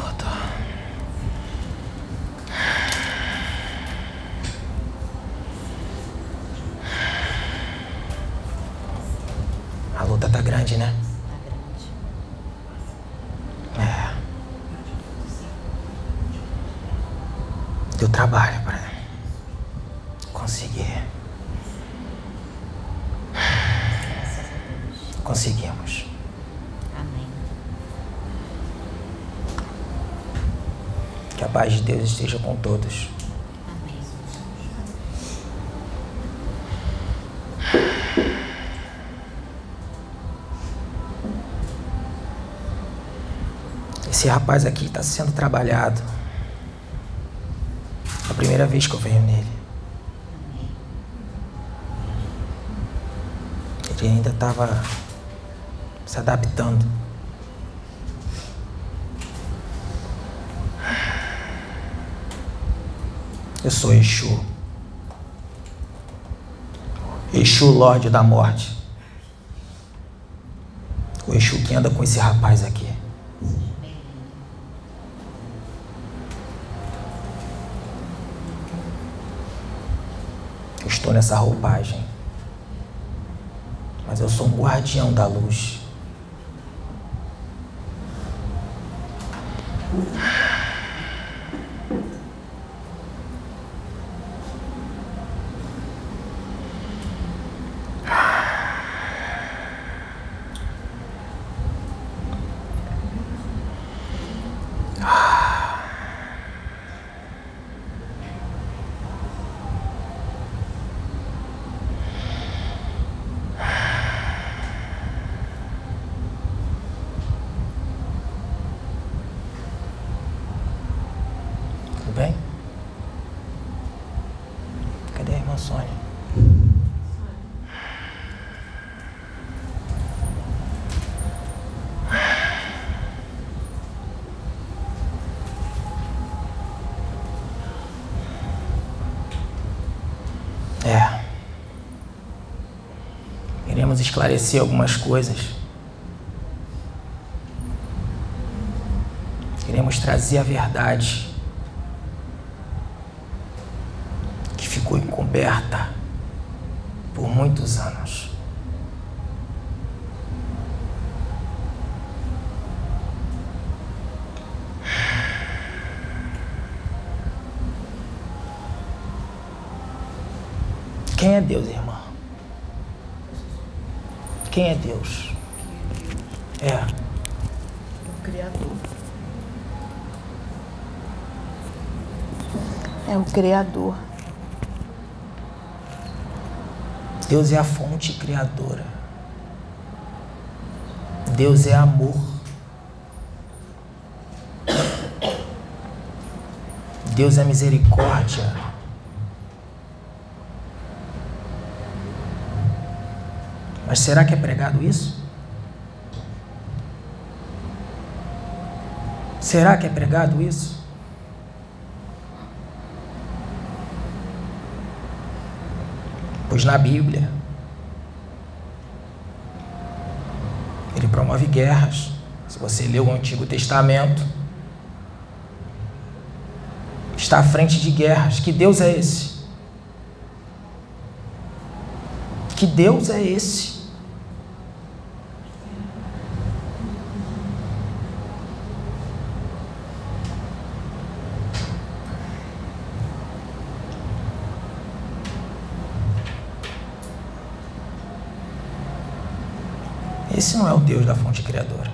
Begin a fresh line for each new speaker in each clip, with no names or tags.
morto. A luta tá grande, né?
Tá grande.
É. Deu trabalho para conseguir.
Graças a Deus.
Conseguimos.
Amém.
Que a paz de Deus esteja com todos.
Amém.
Esse rapaz aqui está sendo trabalhado. É a primeira vez que eu venho nele. Ele ainda estava se adaptando. Eu sou Exu. Exu, Lorde da Morte. O Exu que anda com esse rapaz aqui. Eu estou nessa roupagem. Mas eu sou um guardião da luz. Tudo bem? Cadê a irmã Sônia? Iremos esclarecer algumas coisas. Iremos trazer a verdade que ficou encoberta por muitos anos. Quem é Deus, irmã? Quem é Deus? É.
O Criador. É o Criador.
Deus é a fonte criadora. Deus é amor. Deus é misericórdia. Mas será que é pregado isso? Será que é pregado isso? Pois na Bíblia, ele promove guerras. Se você lê o Antigo Testamento, está à frente de guerras. Que Deus é esse? Que Deus é esse? Esse não é o Deus da fonte criadora.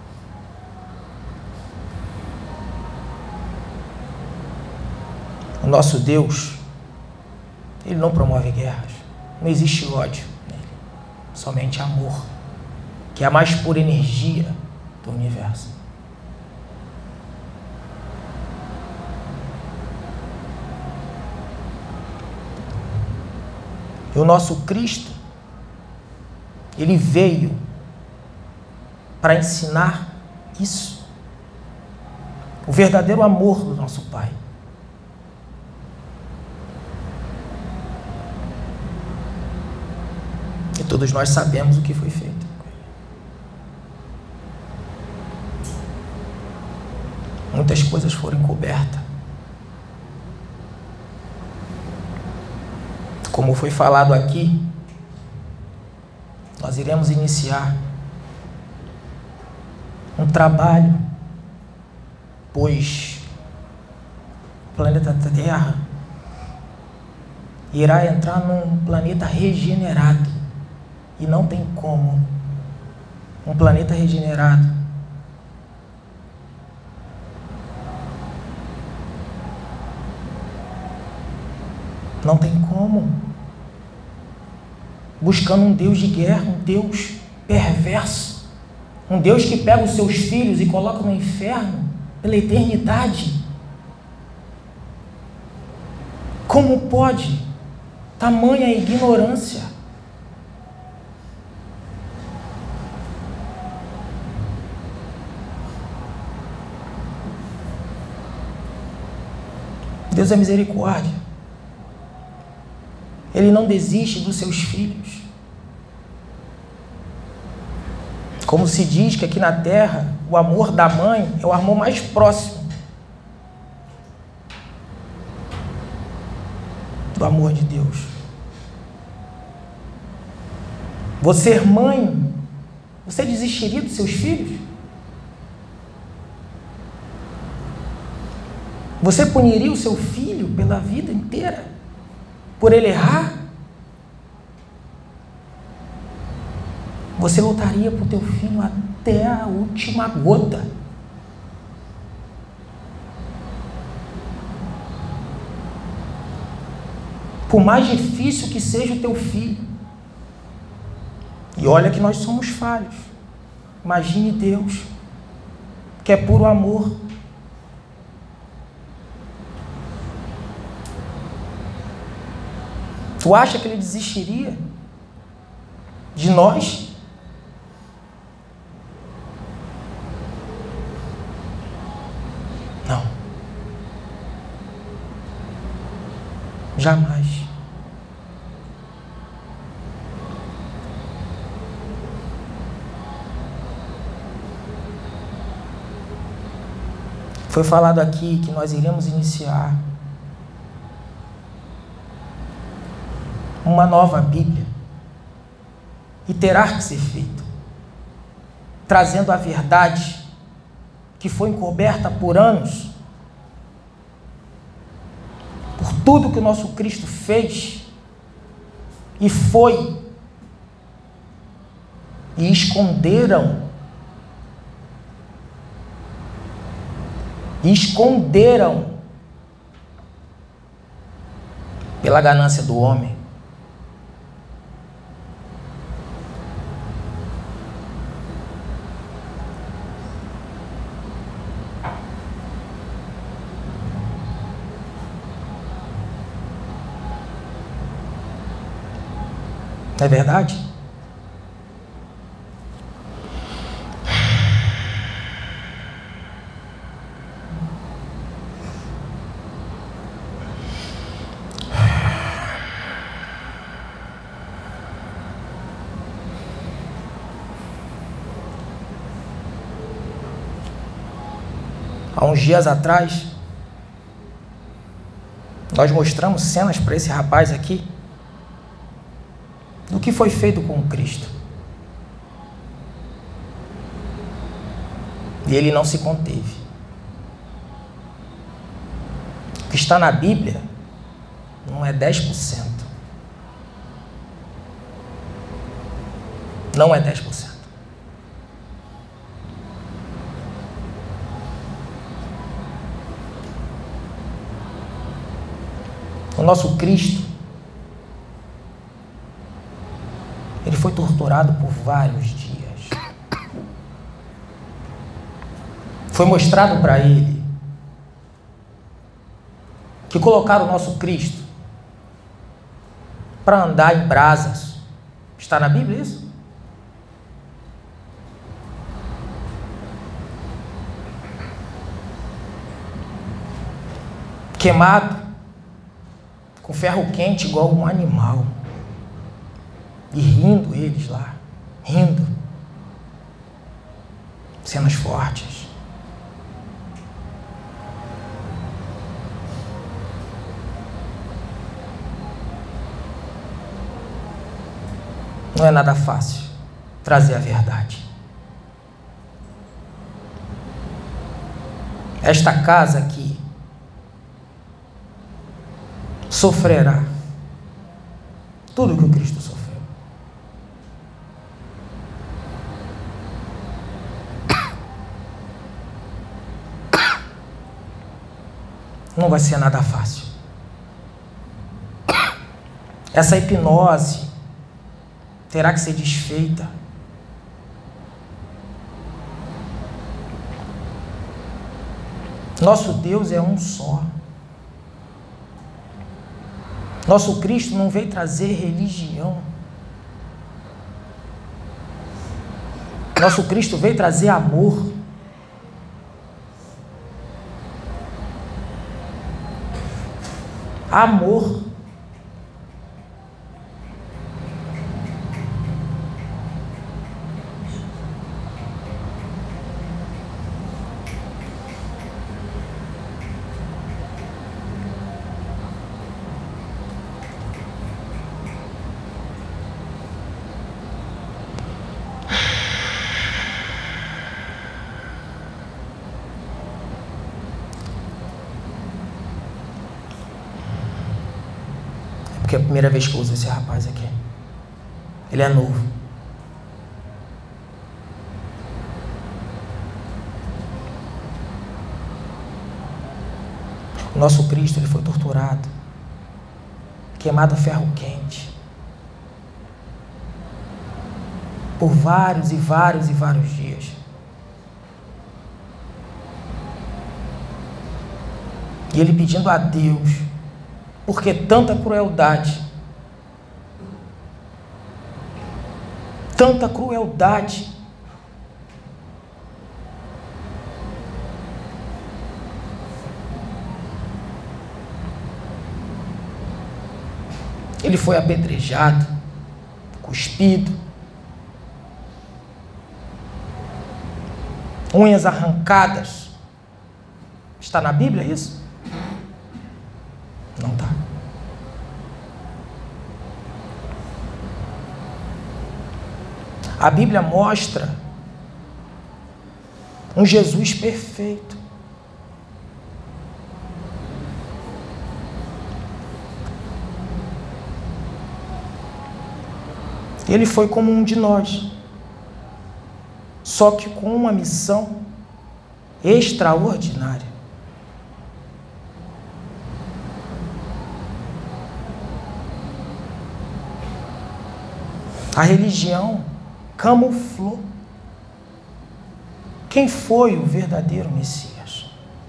O nosso Deus, ele não promove guerras. Não existe ódio nele. Somente amor, que é a mais pura energia do universo. E o nosso Cristo, ele veio para ensinar isso. O verdadeiro amor do nosso Pai. E todos nós sabemos o que foi feito. muitas coisas foram encobertas. Como foi falado aqui, nós iremos iniciar um trabalho, pois o planeta Terra irá entrar num planeta regenerado. E não tem como um planeta regenerado não tem como buscando um Deus de guerra, um Deus perverso, um Deus que pega os seus filhos e coloca no inferno pela eternidade. Como pode tamanha ignorância? Deus é misericórdia. Ele não desiste dos seus filhos. Como se diz que aqui na terra, o amor da mãe é o amor mais próximo do amor de Deus. Você, mãe, você desistiria dos seus filhos? Você puniria o seu filho pela vida inteira? Por ele errar? Você lutaria por teu filho até a última gota. Por mais difícil que seja o teu filho. E olha que nós somos falhos. Imagine Deus, que é puro amor. Tu acha que ele desistiria de nós? Não. Jamais. Foi falado aqui que nós iremos iniciar uma nova Bíblia, e terá que ser feito, trazendo a verdade que foi encoberta por anos, por tudo que o nosso Cristo fez e foi, e esconderam pela ganância do homem. Não é verdade? Há uns dias atrás, nós mostramos cenas para esse rapaz aqui, do que foi feito com o Cristo. E ele não se conteve. O que está na Bíblia não é 10%. Não é 10%. O nosso Cristo, ele foi torturado por vários dias. Foi mostrado para ele que colocaram o nosso Cristo para andar em brasas. Está na Bíblia isso? Queimado, com ferro quente igual um animal. E rindo eles lá, rindo. Cenas fortes. Não é nada fácil trazer a verdade. Esta casa aqui sofrerá tudo que o Cristo sofreu. Não vai ser nada fácil. Essa hipnose terá que ser desfeita. Nosso Deus é um só. Nosso Cristo não veio trazer religião. Nosso Cristo veio trazer amor. Amor. Porque é a primeira vez que eu uso esse rapaz aqui. Ele é novo. O nosso Cristo, ele foi torturado, queimado a ferro quente, por vários e vários e vários dias. E ele pedindo a Deus, porque tanta crueldade, tanta crueldade, ele foi apedrejado, cuspido, unhas arrancadas. Está na Bíblia isso? Não está. A Bíblia mostra um Jesus perfeito. Ele foi como um de nós, só que com uma missão extraordinária. A religião camuflou quem foi o verdadeiro Messias.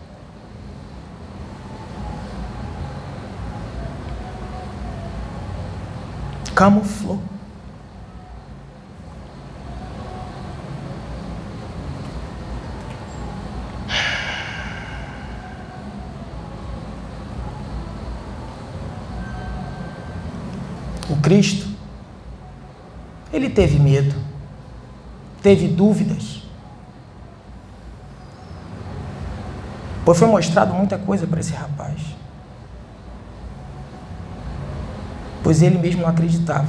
Camuflou. O Cristo, ele teve medo, teve dúvidas, pois foi mostrado muita coisa para esse rapaz, pois ele mesmo não acreditava,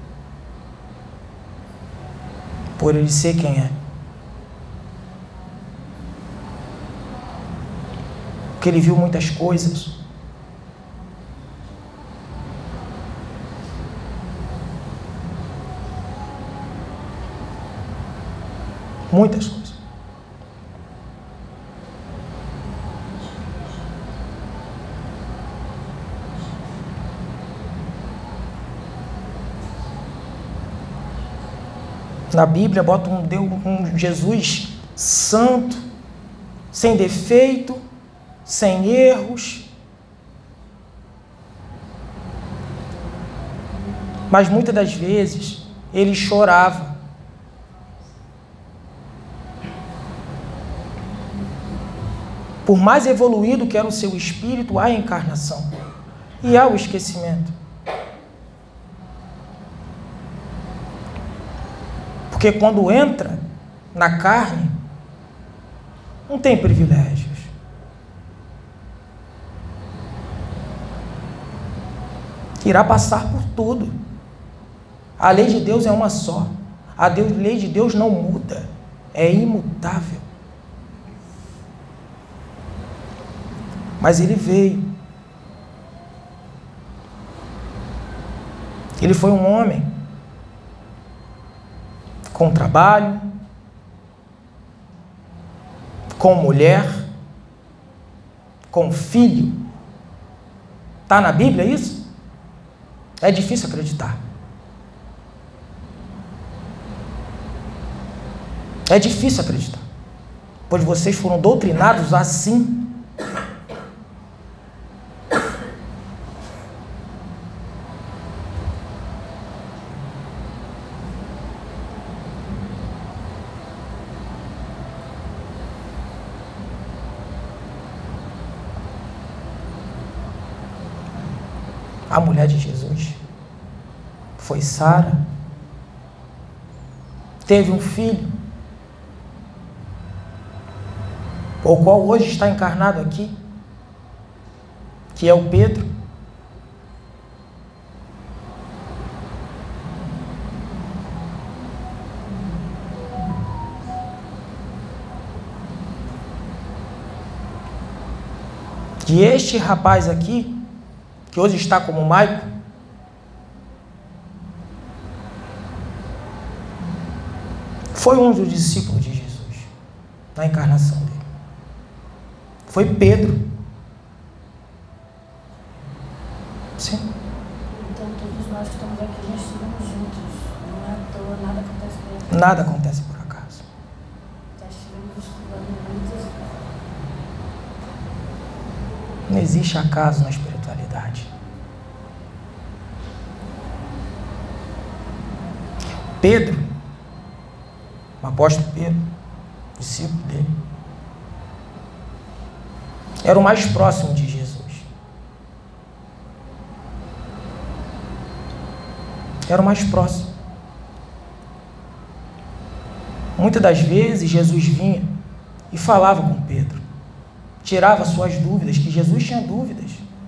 por ele ser quem é. Porque ele viu muitas coisas. Muitas coisas. Na Bíblia bota um Jesus santo, sem defeito, sem erros. Mas muitas das vezes ele chorava. Por mais evoluído que era o seu espírito, há a encarnação e há o esquecimento. Porque quando entra na carne, não tem privilégios. Irá passar por tudo. A lei de Deus é uma só. A lei de Deus não muda. É imutável. Mas ele veio. Ele foi um homem com trabalho, com mulher, com filho. Está na Bíblia isso? É difícil acreditar. É difícil acreditar. Pois vocês foram doutrinados assim. A mulher de Jesus foi Sara, teve um filho, o qual hoje está encarnado aqui, que é o Pedro. E este rapaz aqui, que hoje está como Maico, foi um dos discípulos de Jesus, na encarnação dele. Foi Pedro. Sim.
Então todos nós que estamos aqui, nós estivemos juntos. Não é à toa, nada acontece por acaso.
Nada acontece por acaso.
Já estivemos estudando muitas vezes.
Não existe acaso na espiritualidade. Pedro, o apóstolo Pedro, discípulo dele, era o mais próximo de Jesus. Era o mais próximo. Muitas das vezes Jesus vinha e falava com Pedro, tirava suas dúvidas, que Jesus tinha dúvidas.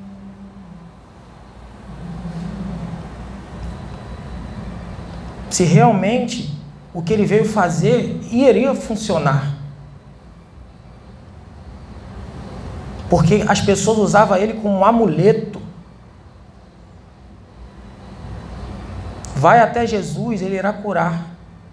Se realmente o que ele veio fazer iria funcionar. Porque as pessoas usavam ele como um amuleto. Vai até Jesus, ele irá curar.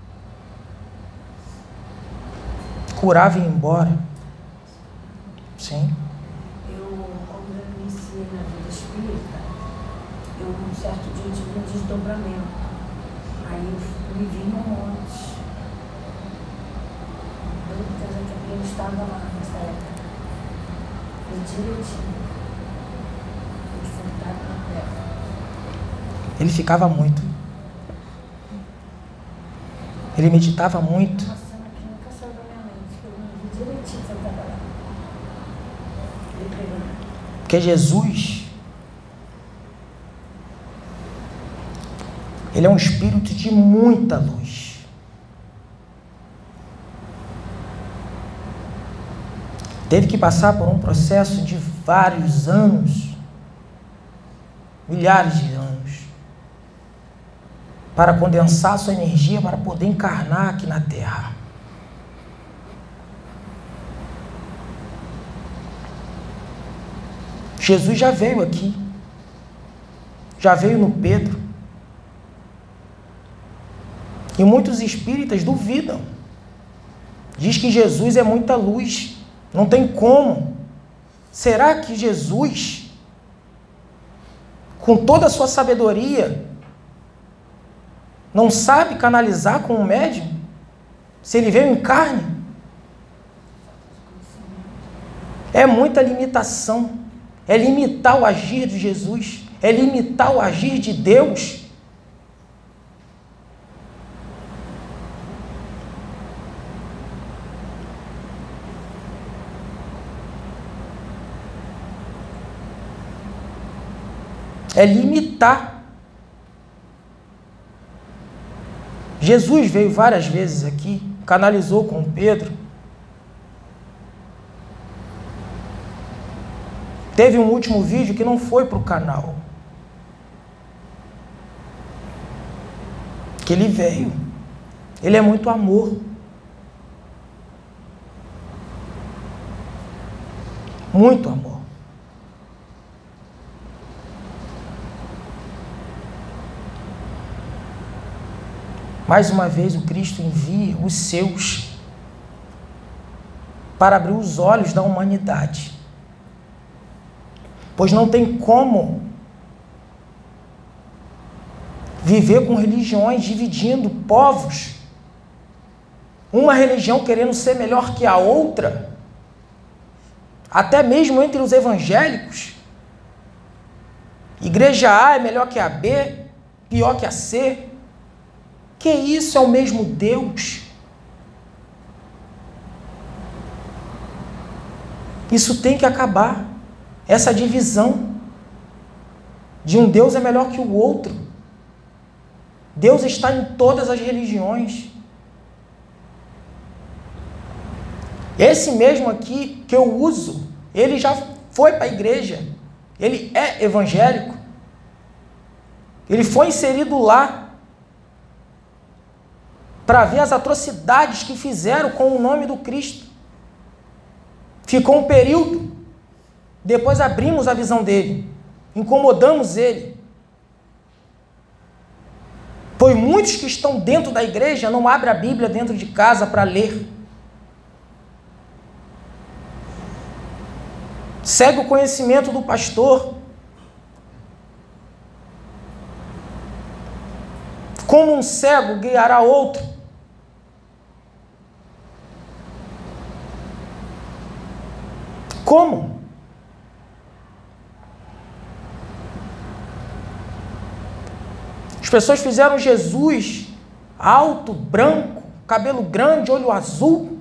Curava e ia embora. Sim.
Quando eu iniciei na vida espírita, um certo dia tive um desdobramento. Aí eu me vi num monte. Eu estava lá nessa época. E direitinho. Ele sentado na terra.
Ele ficava muito. Ele meditava muito.
Uma cena que nunca saiu da minha mente. Eu me vi direitinho sentado lá. Ele pegou.
Porque Jesus, ele é um espírito de muita luz. Teve que passar por um processo de vários anos, milhares de anos, para condensar sua energia para poder encarnar aqui na Terra. Jesus já veio aqui, já veio no Pedro. E muitos espíritas duvidam. Diz que Jesus é muita luz. Não tem como. Será que Jesus, com toda a sua sabedoria, não sabe canalizar com o médium? Se ele veio em carne? É muita limitação. É limitar o agir de Jesus. É limitar o agir de Deus. É limitar. Jesus veio várias vezes aqui, canalizou com Pedro. Teve um último vídeo que não foi para o canal. Porque ele veio. Ele é muito amor. Muito amor. Mais uma vez o Cristo envia os seus para abrir os olhos da humanidade. Pois não tem como viver com religiões dividindo povos, uma religião querendo ser melhor que a outra, até mesmo entre os evangélicos. Igreja A é melhor que a B, pior que a C. Que isso, é o mesmo Deus? Isso tem que acabar. Essa divisão de um Deus é melhor que o outro. Deus está em todas as religiões. Esse mesmo aqui que eu uso, ele já foi para a igreja. Ele é evangélico. Ele foi inserido lá para ver as atrocidades que fizeram com o nome do Cristo. Ficou um período, depois abrimos a visão dele, incomodamos ele. Pois muitos que estão dentro da igreja não abrem a Bíblia dentro de casa para ler. Segue o conhecimento do pastor. Como um cego guiará outro. Como? As pessoas fizeram Jesus alto, branco, cabelo grande, olho azul.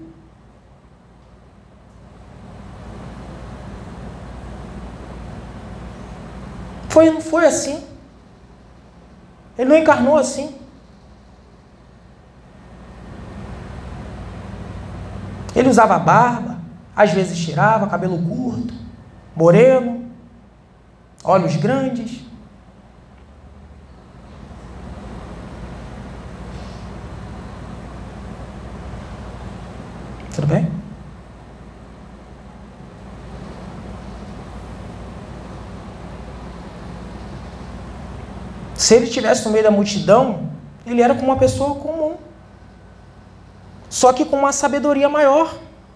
Não foi assim. Ele não encarnou assim. Ele usava barba, às vezes tirava, cabelo curto, moreno, olhos grandes. Tudo bem? Se ele estivesse no meio da multidão, ele era como uma pessoa comum. Só que com uma sabedoria maior.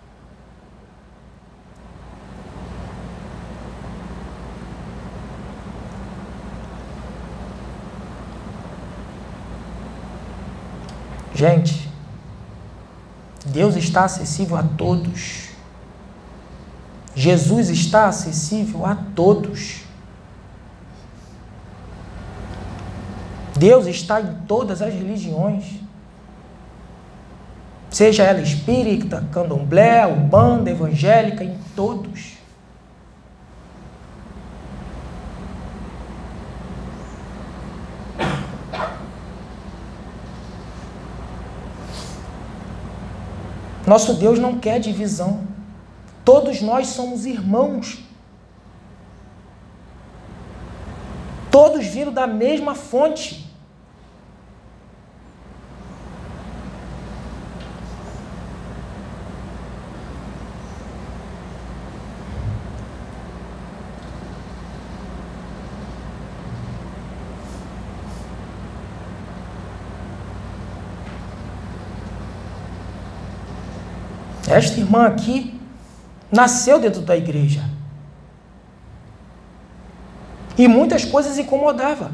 Gente, Deus está acessível a todos. Jesus está acessível a todos. Deus está em todas as religiões. Seja ela espírita, candomblé, umbanda, evangélica, em todos. Nosso Deus não quer divisão. Todos nós somos irmãos. Todos viram da mesma fonte. Esta irmã aqui nasceu dentro da igreja. E muitas coisas incomodavam.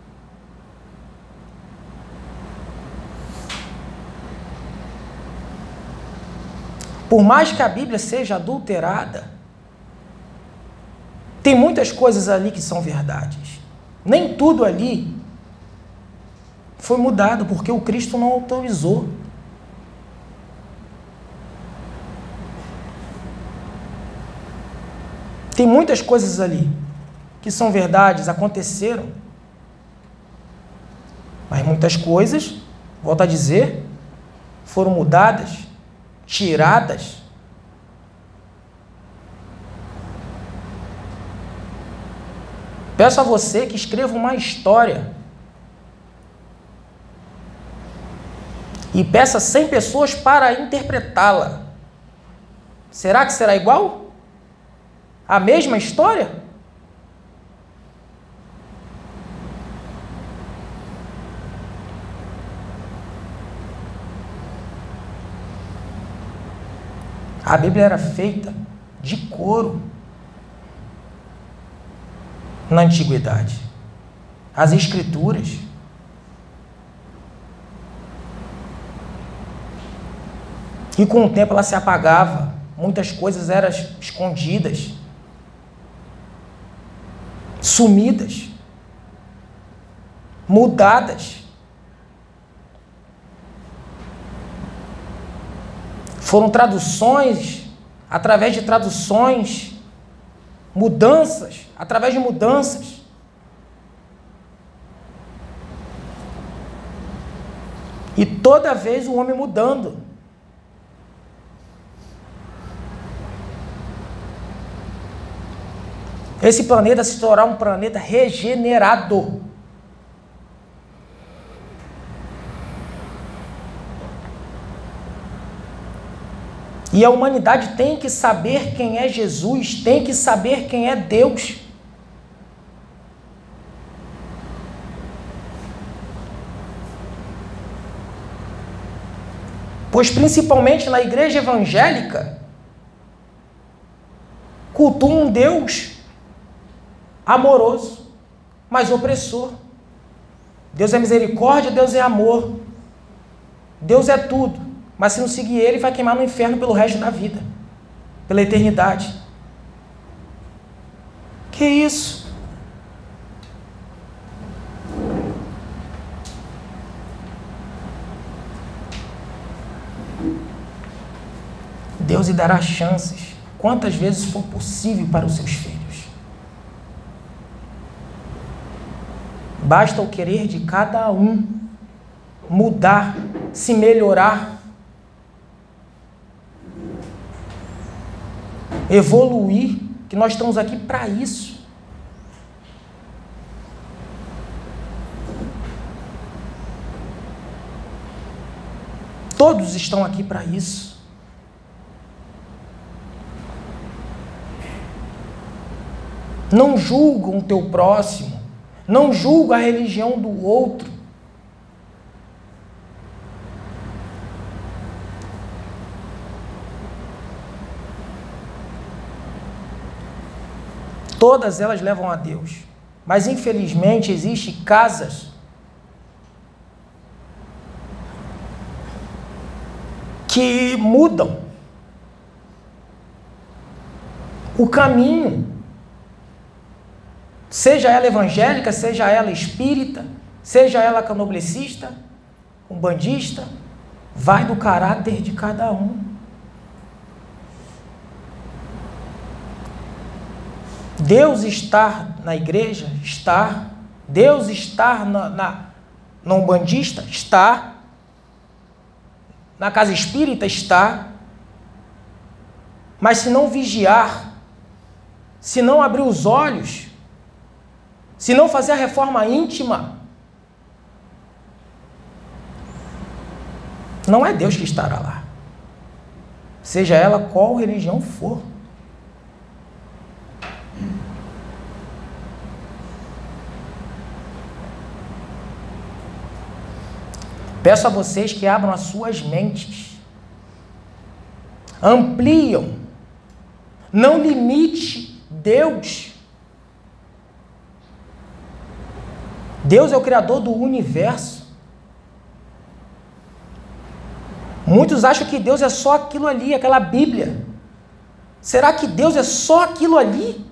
Por mais que a Bíblia seja adulterada, tem muitas coisas ali que são verdades. Nem tudo ali foi mudado, porque o Cristo não autorizou. Tem muitas coisas ali que são verdades, aconteceram. Mas muitas coisas, volto a dizer, foram mudadas, tiradas. Peço a você que escreva uma história e peça 100 pessoas para interpretá-la. Será que será igual? A mesma história? A Bíblia era feita de couro na antiguidade. As Escrituras. E com o tempo ela se apagava. Muitas coisas eram escondidas, sumidas, mudadas. Foram traduções, através de traduções, mudanças, através de mudanças. E toda vez o homem mudando. Esse planeta se tornar um planeta regenerado. E a humanidade tem que saber quem é Jesus, tem que saber quem é Deus. Pois principalmente na igreja evangélica, cultuam um Deus amoroso, mas opressor. Deus é misericórdia, Deus é amor. Deus é tudo, mas se não seguir Ele, vai queimar no inferno pelo resto da vida, pela eternidade. Que isso? Deus lhe dará chances, quantas vezes for possível para os seus filhos. Basta o querer de cada um mudar, se melhorar, evoluir, que nós estamos aqui para isso. Todos estão aqui para isso. Não julgam o teu próximo. Não julga a religião do outro. Todas elas levam a Deus. Mas, infelizmente, existem casas que mudam o caminho. Seja ela evangélica, seja ela espírita, seja ela candomblessista, umbandista, vai do caráter de cada um. Deus estar na igreja? Está. Deus estar na umbandista? Está. Na casa espírita? Está. Mas se não vigiar, se não abrir os olhos, se não fazer a reforma íntima, não é Deus que estará lá. Seja ela qual religião for. Peço a vocês que abram as suas mentes. Ampliam. Não limite Deus. Deus é o Criador do universo. Muitos acham que Deus é só aquilo ali, aquela Bíblia. Será que Deus é só aquilo ali?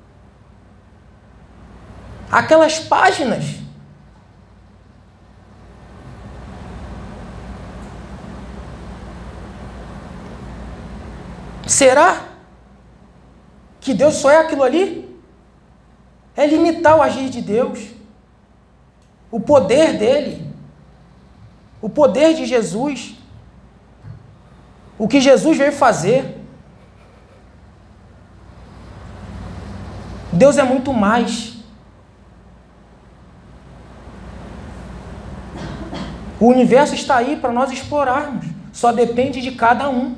Aquelas páginas? Será que Deus só é aquilo ali? É limitar o agir de Deus. O poder dele, o poder de Jesus, o que Jesus veio fazer. Deus é muito mais. O universo está aí para nós explorarmos. Só depende de cada um.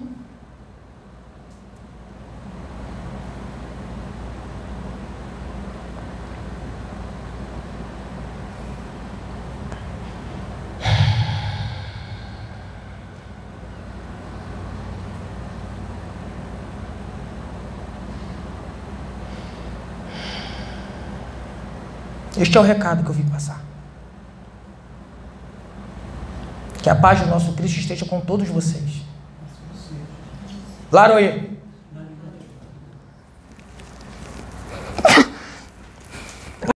Este é o recado que eu vim passar. Que a paz do nosso Cristo esteja com todos vocês. Laroê.